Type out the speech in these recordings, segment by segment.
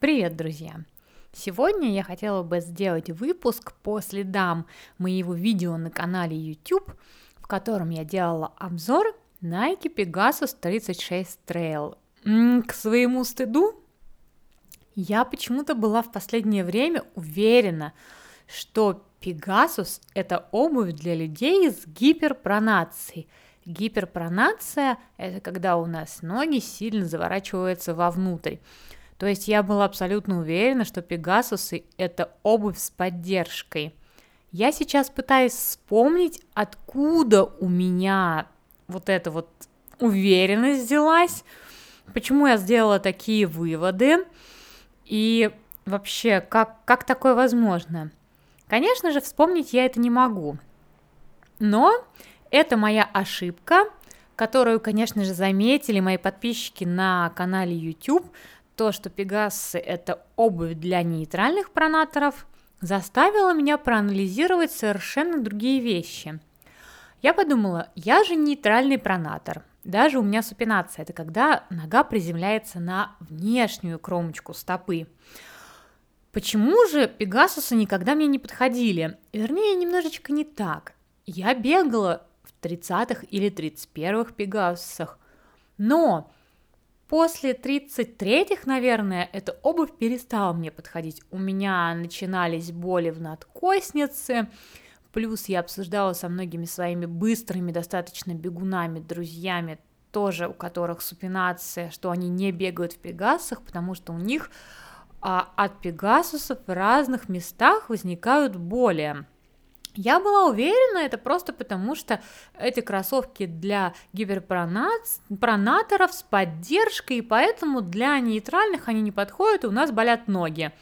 Привет, друзья! Сегодня я хотела бы сделать выпуск по следам моего видео на канале YouTube, в котором я делала обзор Nike Pegasus 36 Trail. К своему стыду, я почему-то была в последнее время уверена, что Pegasus – это обувь для людей с гиперпронацией. Гиперпронация – это когда у нас ноги сильно заворачиваются вовнутрь. То есть я была абсолютно уверена, что пегасусы – это обувь с поддержкой. Я сейчас пытаюсь вспомнить, откуда у меня вот эта вот уверенность взялась, почему я сделала такие выводы и вообще, как такое возможно. Конечно же, вспомнить я это не могу, но это моя ошибка, которую, конечно же, заметили мои подписчики на канале YouTube. То, что пегасы – это обувь для нейтральных пронаторов, заставило меня проанализировать совершенно другие вещи. Я подумала, я же нейтральный пронатор. Даже у меня супинация – это когда нога приземляется на внешнюю кромочку стопы. Почему же пегасусы никогда мне не подходили? Вернее, немножечко не так. Я бегала в 30-х или 31-х пегасусах, но после 33-х, наверное, эта обувь перестала мне подходить. У меня начинались боли в надкоснице, плюс я обсуждала со многими своими быстрыми достаточно бегунами, друзьями, тоже у которых супинация, что они не бегают в пегасах, потому что у них от пегасусов в разных местах возникают боли. Я была уверена, это просто потому, что эти кроссовки для гиперпронаторов с поддержкой, и поэтому для нейтральных они не подходят, и у нас болят ноги.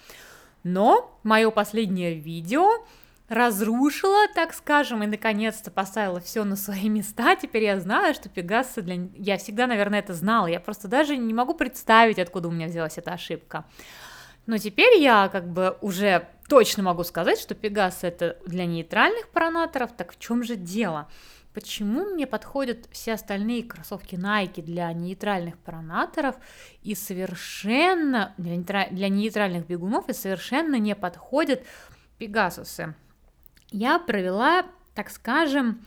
Но мое последнее видео разрушило, так скажем, и наконец-то поставила все на свои места. Теперь я знаю, что пегасы Я всегда, наверное, это знала, я просто даже не могу представить, откуда у меня взялась эта ошибка. Но теперь я уже точно могу сказать, что пегасы – это для нейтральных пронаторов. Так в чем же дело? Почему мне подходят все остальные кроссовки Nike для нейтральных пронаторов и совершенно для нейтральных бегунов и совершенно не подходят пегасусы? Я провела, так скажем,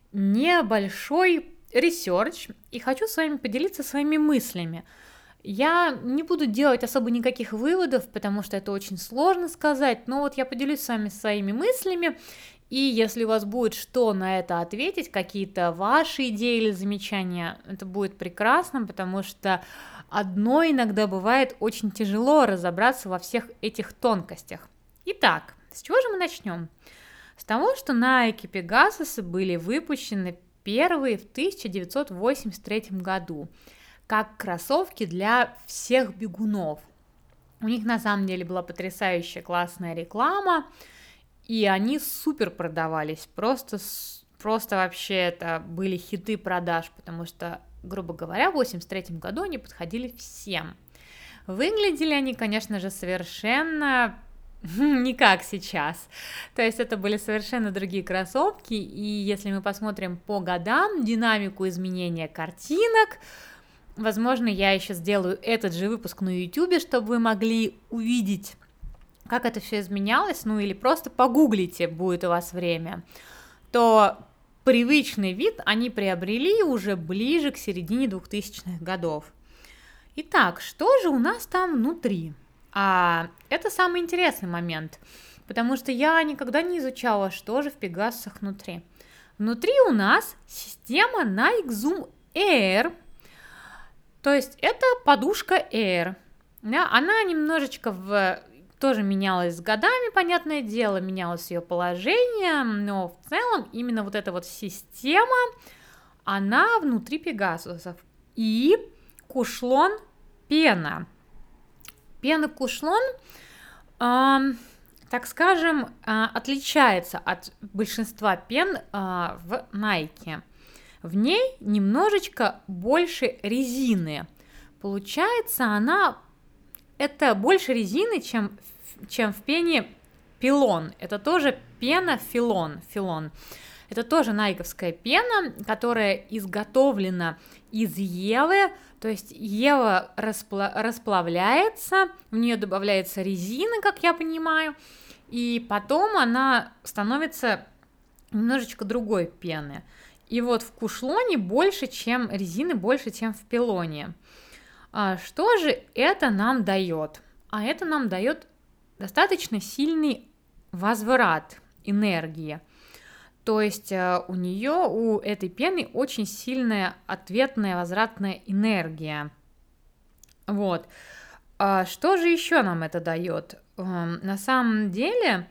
небольшой ресерч и хочу с вами поделиться своими мыслями. Я не буду делать особо никаких выводов, потому что это очень сложно сказать, но вот я поделюсь с вами своими мыслями, и если у вас будет что на это ответить, какие-то ваши идеи или замечания, это будет прекрасно, потому что одной иногда бывает очень тяжело разобраться во всех этих тонкостях. Итак, с чего же мы начнем? С того, что Nike Pegasus были выпущены первые в 1983 году. Как кроссовки для всех бегунов. У них на самом деле была потрясающая классная реклама, и они супер продавались, просто вообще это были хиты продаж, потому что, грубо говоря, в 1983 году они подходили всем. Выглядели они, конечно же, совершенно не как сейчас, то есть это были совершенно другие кроссовки, и если мы посмотрим по годам динамику изменения картинок, возможно, я еще сделаю этот же выпуск на YouTube, чтобы вы могли увидеть, как это все изменялось, или просто погуглите, будет у вас время, то привычный вид они приобрели уже ближе к середине 2000-х годов. Итак, что же у нас там внутри? Это самый интересный момент, потому что я никогда не изучала, что же в пегасусах внутри. Внутри у нас система Nike Zoom Air. То есть это подушка Air, да, она немножечко тоже менялась с годами, понятное дело, менялось ее положение, но в целом именно вот эта вот система, она внутри пегасусов. И кушлон пена. Пена кушлон, так скажем, отличается от большинства пен в Nike. В ней немножечко больше резины. Получается, это больше резины, чем в пене Пилон. Это тоже пена Филон. Это тоже найковская пена, которая изготовлена из Евы, то есть Ева расплавляется, в нее добавляется резина, как я понимаю, и потом она становится немножечко другой пены. И вот в кушлоне больше, чем резины, больше, чем в пилоне. Что же это нам дает? А это нам дает достаточно сильный возврат энергии. То есть у этой пены очень сильная ответная возвратная энергия. Вот. Что же еще нам это дает? На самом деле,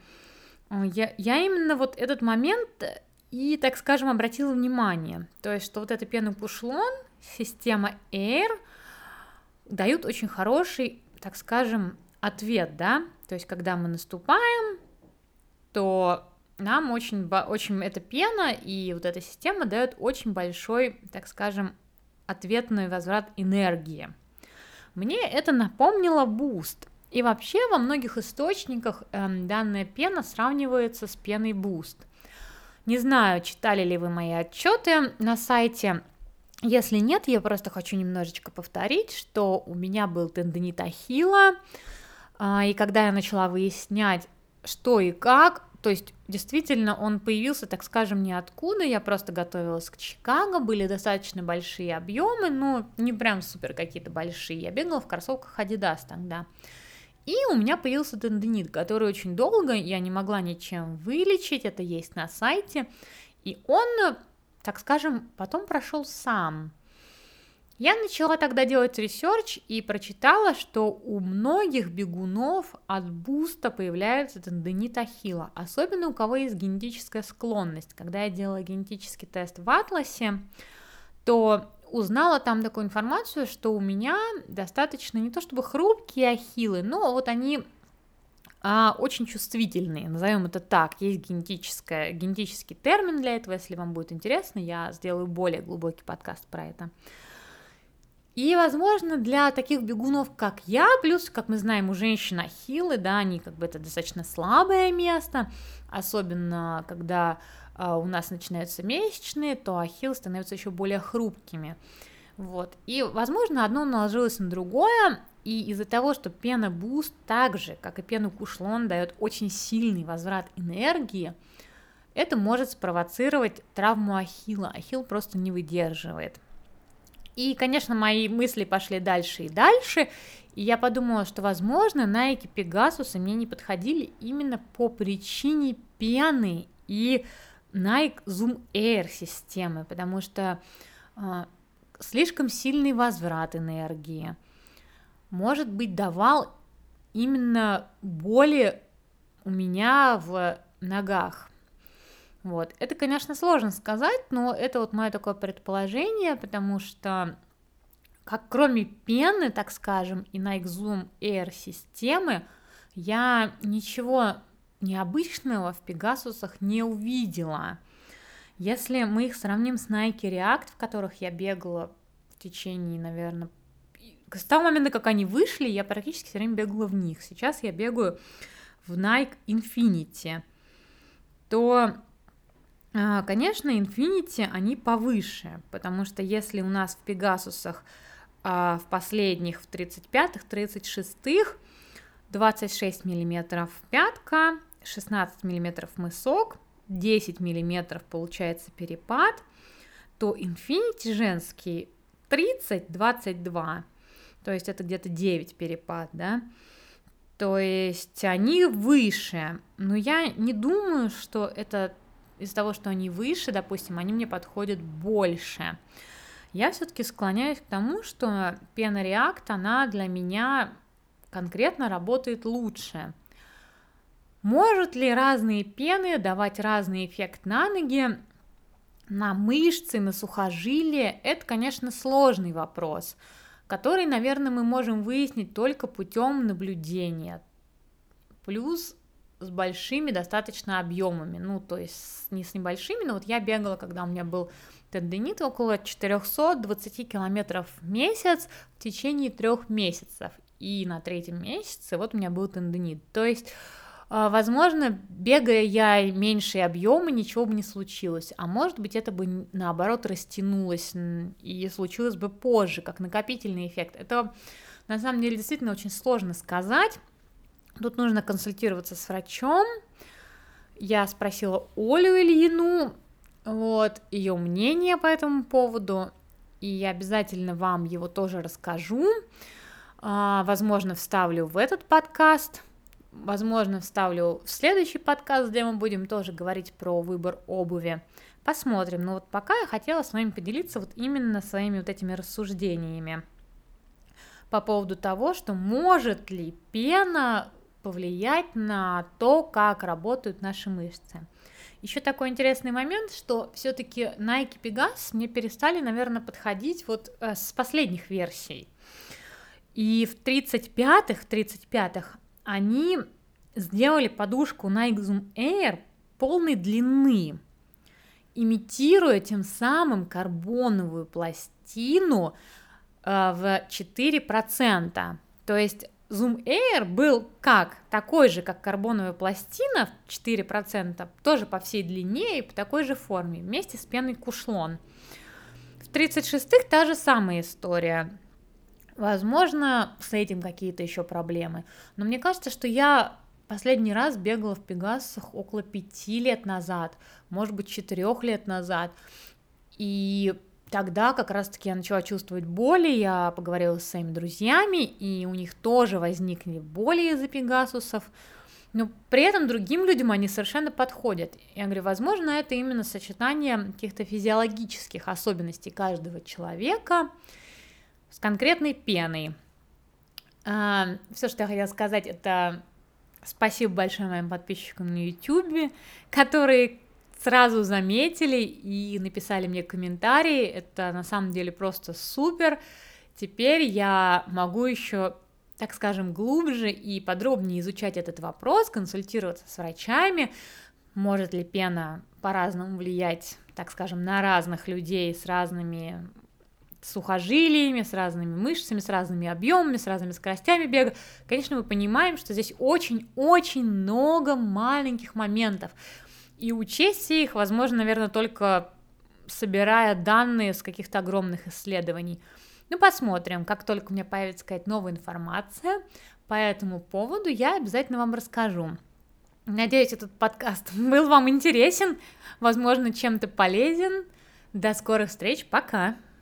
я именно вот этот момент и, так скажем, обратила внимание. То есть, что вот эта пена кушлон, система Air, дают очень хороший, так скажем, ответ, да? То есть, когда мы наступаем, то нам очень эта пена и вот эта система дает очень большой, так скажем, ответный возврат энергии. Мне это напомнило Boost. И вообще во многих источниках данная пена сравнивается с пеной Boost. Не знаю, читали ли вы мои отчеты на сайте. Если нет, я просто хочу немножечко повторить, что у меня был тендинит ахилла, и когда я начала выяснять, что и как, то есть действительно он появился, так скажем, ниоткуда, я просто готовилась к Чикаго, были достаточно большие объемы, но не прям супер какие-то большие, я бегала в кроссовках Adidas тогда. И у меня появился тендинит, который очень долго я не могла ничем вылечить, это есть на сайте, и он, так скажем, потом прошел сам. Я начала тогда делать ресерч и прочитала, что у многих бегунов от буста появляется тендинит ахилла, особенно у кого есть генетическая склонность. Когда я делала генетический тест в Атласе, то узнала там такую информацию, что у меня достаточно не то чтобы хрупкие ахиллы, но вот они очень чувствительные, назовем это так. Есть генетический термин для этого, если вам будет интересно, я сделаю более глубокий подкаст про это. И, возможно, для таких бегунов, как я, плюс, как мы знаем, у женщин ахиллы, да, они как бы это достаточно слабое место, особенно когда у нас начинаются месячные, то ахиллы становятся еще более хрупкими. Вот. И, возможно, одно наложилось на другое, и из-за того, что пена Boost так же, как и пена Кушлон, дает очень сильный возврат энергии, это может спровоцировать травму ахилла. Ахилл просто не выдерживает. И, конечно, мои мысли пошли дальше и дальше, и я подумала, что, возможно, Nike Pegasus мне не подходили именно по причине пены и Nike Zoom Air системы, потому что слишком сильный возврат энергии, может быть, давал именно боли у меня в ногах. Вот. Это, конечно, сложно сказать, но это вот мое такое предположение, потому что кроме пены, так скажем, и Nike Zoom Air системы, я ничего необычного в Пегасусах не увидела. Если мы их сравним с Nike React, в которых я бегала в течение, наверное, с того момента, как они вышли, я практически все время бегала в них. Сейчас я бегаю в Nike Infinity, то конечно, Infinity, они повыше, потому что если у нас в Пегасусах в последних, в 35-х, 36-х 26 мм пятка, 16 мм мысок, 10 мм получается перепад, то Infinity женский 30-22, то есть это где-то 9 перепад, да, то есть они выше, но я не думаю, что это из-за того, что они выше, допустим, они мне подходят больше. Я все-таки склоняюсь к тому, что пена React, она для меня конкретно работает лучше. Может ли разные пены давать разный эффект на ноги, на мышцы, на сухожилия? Это, конечно, сложный вопрос, который, наверное, мы можем выяснить только путем наблюдения. Плюс с большими достаточно объемами, ну, то есть не с небольшими, но вот я бегала, когда у меня был тендинит, около 420 километров в месяц в течение 3 месяцев, и на 3-м месяце вот у меня был тендинит, то есть Возможно, бегая я меньшие объемы, ничего бы не случилось, а может быть, это бы наоборот растянулось и случилось бы позже, как накопительный эффект. Это на самом деле действительно очень сложно сказать. Тут нужно консультироваться с врачом. Я спросила Олю Ильину, ее мнение по этому поводу, и я обязательно вам его тоже расскажу. Возможно, вставлю в этот подкаст. Возможно, вставлю в следующий подкаст, где мы будем тоже говорить про выбор обуви. Посмотрим. Но пока я хотела с вами поделиться именно своими этими рассуждениями по поводу того, что может ли пена повлиять на то, как работают наши мышцы. Еще такой интересный момент, что все-таки Nike Pegasus мне перестали, наверное, подходить с последних версий. И в 35-х они сделали подушку Nike Zoom Air полной длины, имитируя тем самым карбоновую пластину в 4%. То есть Zoom Air был такой же, как карбоновая пластина в 4%, тоже по всей длине и по такой же форме, вместе с пеной Кушлон. В 36-х та же самая история. Возможно, с этим какие-то еще проблемы. Но мне кажется, что я последний раз бегала в Пегасусах около 5 лет назад, может быть, 4 лет назад. И тогда как раз-таки я начала чувствовать боли, я поговорила с своими друзьями, и у них тоже возникли боли из-за Пегасусов. Но при этом другим людям они совершенно подходят. Я говорю, возможно, это именно сочетание каких-то физиологических особенностей каждого человека с конкретной пеной. Все, что я хотела сказать, это спасибо большое моим подписчикам на YouTube, которые сразу заметили и написали мне комментарии. Это на самом деле просто супер. Теперь я могу еще, так скажем, глубже и подробнее изучать этот вопрос, консультироваться с врачами, может ли пена по-разному влиять, так скажем, на разных людей с разными сухожилиями, с разными мышцами, с разными объемами, с разными скоростями бега. Конечно, мы понимаем, что здесь очень-очень много маленьких моментов, и учесть все их, возможно, наверное, только собирая данные с каких-то огромных исследований. Посмотрим, как только у меня появится какая-то новая информация по этому поводу, я обязательно вам расскажу. Надеюсь, этот подкаст был вам интересен, возможно, чем-то полезен. До скорых встреч, пока!